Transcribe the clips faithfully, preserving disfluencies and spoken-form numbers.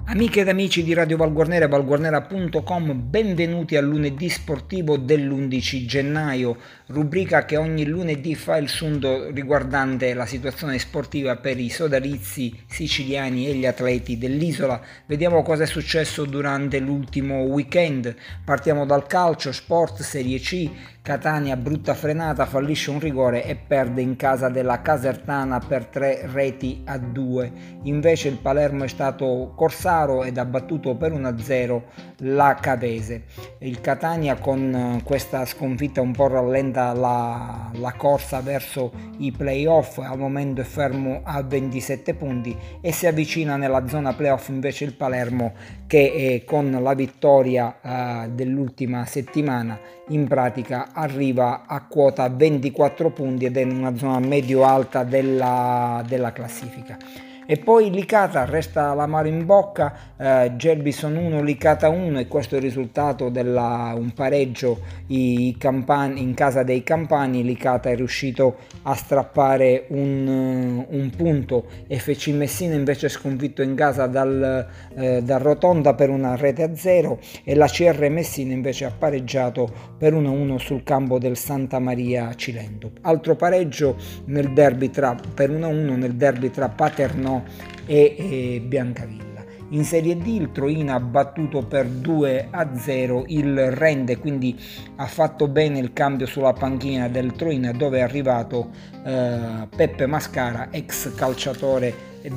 Amiche ed amici di Radio Valguarnera e valguarnera punto com, benvenuti al lunedì sportivo dell'undici gennaio, rubrica che ogni lunedì fa il sunto riguardante la situazione sportiva per i sodalizi siciliani e gli atleti dell'isola. Vediamo cosa è successo durante l'ultimo weekend. Partiamo dal calcio, sport, Serie C. Catania, brutta frenata, fallisce un rigore e perde in casa della Casertana per tre reti a due. Invece il Palermo è stato corsaro ed ha battuto per uno a zero la Cavese. Il Catania con questa sconfitta un po' rallenta la, la corsa verso i playoff, al momento è fermo a ventisette punti e si avvicina nella zona playoff invece il Palermo che eh, con la vittoria eh, dell'ultima settimana in pratica arriva a quota ventiquattro punti ed è in una zona medio-alta della, della classifica. E poi Licata resta l'amaro in bocca, eh, Gelbison uno, Licata uno, e questo è il risultato di un pareggio i campani, in casa dei Campani. Licata è riuscito a strappare un, un punto, F C Messina invece è sconfitto in casa dal, eh, dal Rotonda per una rete a zero e la C R Messina invece ha pareggiato per uno a uno sul campo del Santa Maria Cilento. Altro pareggio nel derby tra, per uno a uno nel derby tra Paternò e, e Biancavilla. In Serie D il Troina ha battuto per due a zero il Rende, quindi ha fatto bene il cambio sulla panchina del Troina, dove è arrivato eh, Peppe Mascara, ex calciatore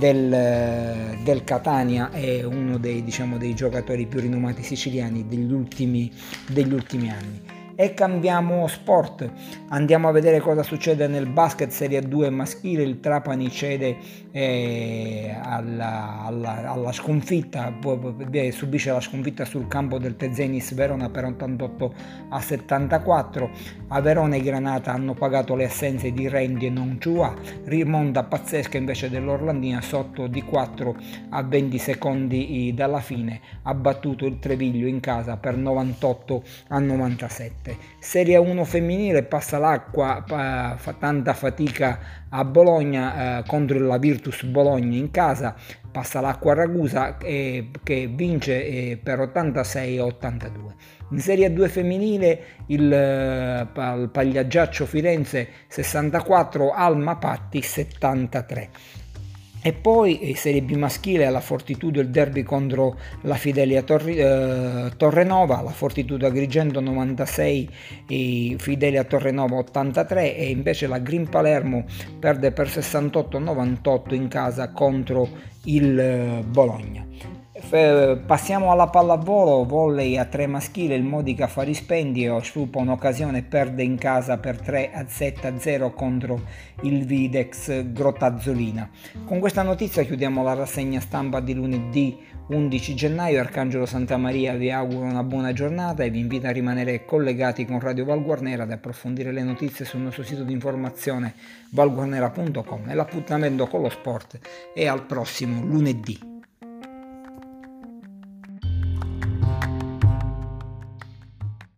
del, del Catania e uno dei, diciamo, dei giocatori più rinomati siciliani degli ultimi, degli ultimi anni. E cambiamo sport, andiamo a vedere cosa succede nel basket Serie due maschile. Il Trapani cede eh, alla, alla, alla sconfitta, subisce la sconfitta sul campo del Tezenis Verona per ottantotto a settantaquattro. A Verona i Granata hanno pagato le assenze di Rendi e Nonchua, rimonta pazzesca invece dell'Orlandina sotto di quattro a venti secondi dalla fine, ha battuto il Treviglio in casa per novantotto a novantasette. Serie uno femminile, passa l'acqua, fa tanta fatica a Bologna eh, contro la Virtus Bologna in casa, passa l'acqua a Ragusa eh, che vince eh, per ottantasei a ottantadue. In Serie due femminile il, eh, il Pagliaggiaccio Firenze sessantaquattro, Alma Patti settantatré. E poi in Serie B maschile alla Fortitudo il derby contro la Fidelia Torri, eh, Torrenova, la Fortitudo Agrigento novantasei e Fidelia Torrenova ottantatré, e invece la Green Palermo perde per sessantotto a novantotto in casa contro il eh, Bologna. Passiamo alla pallavolo, volley a tre maschile, il Modica fa dispendio, sfrutta un'occasione e perde in casa per tre a sette a zero contro il Videx Grottazzolina. Con questa notizia chiudiamo la rassegna stampa di lunedì undici gennaio. Arcangelo Santamaria vi auguro una buona giornata e vi invita a rimanere collegati con Radio Valguarnera ad approfondire le notizie sul nostro sito di informazione valguarnera punto com, e l'appuntamento con lo sport è al prossimo lunedì.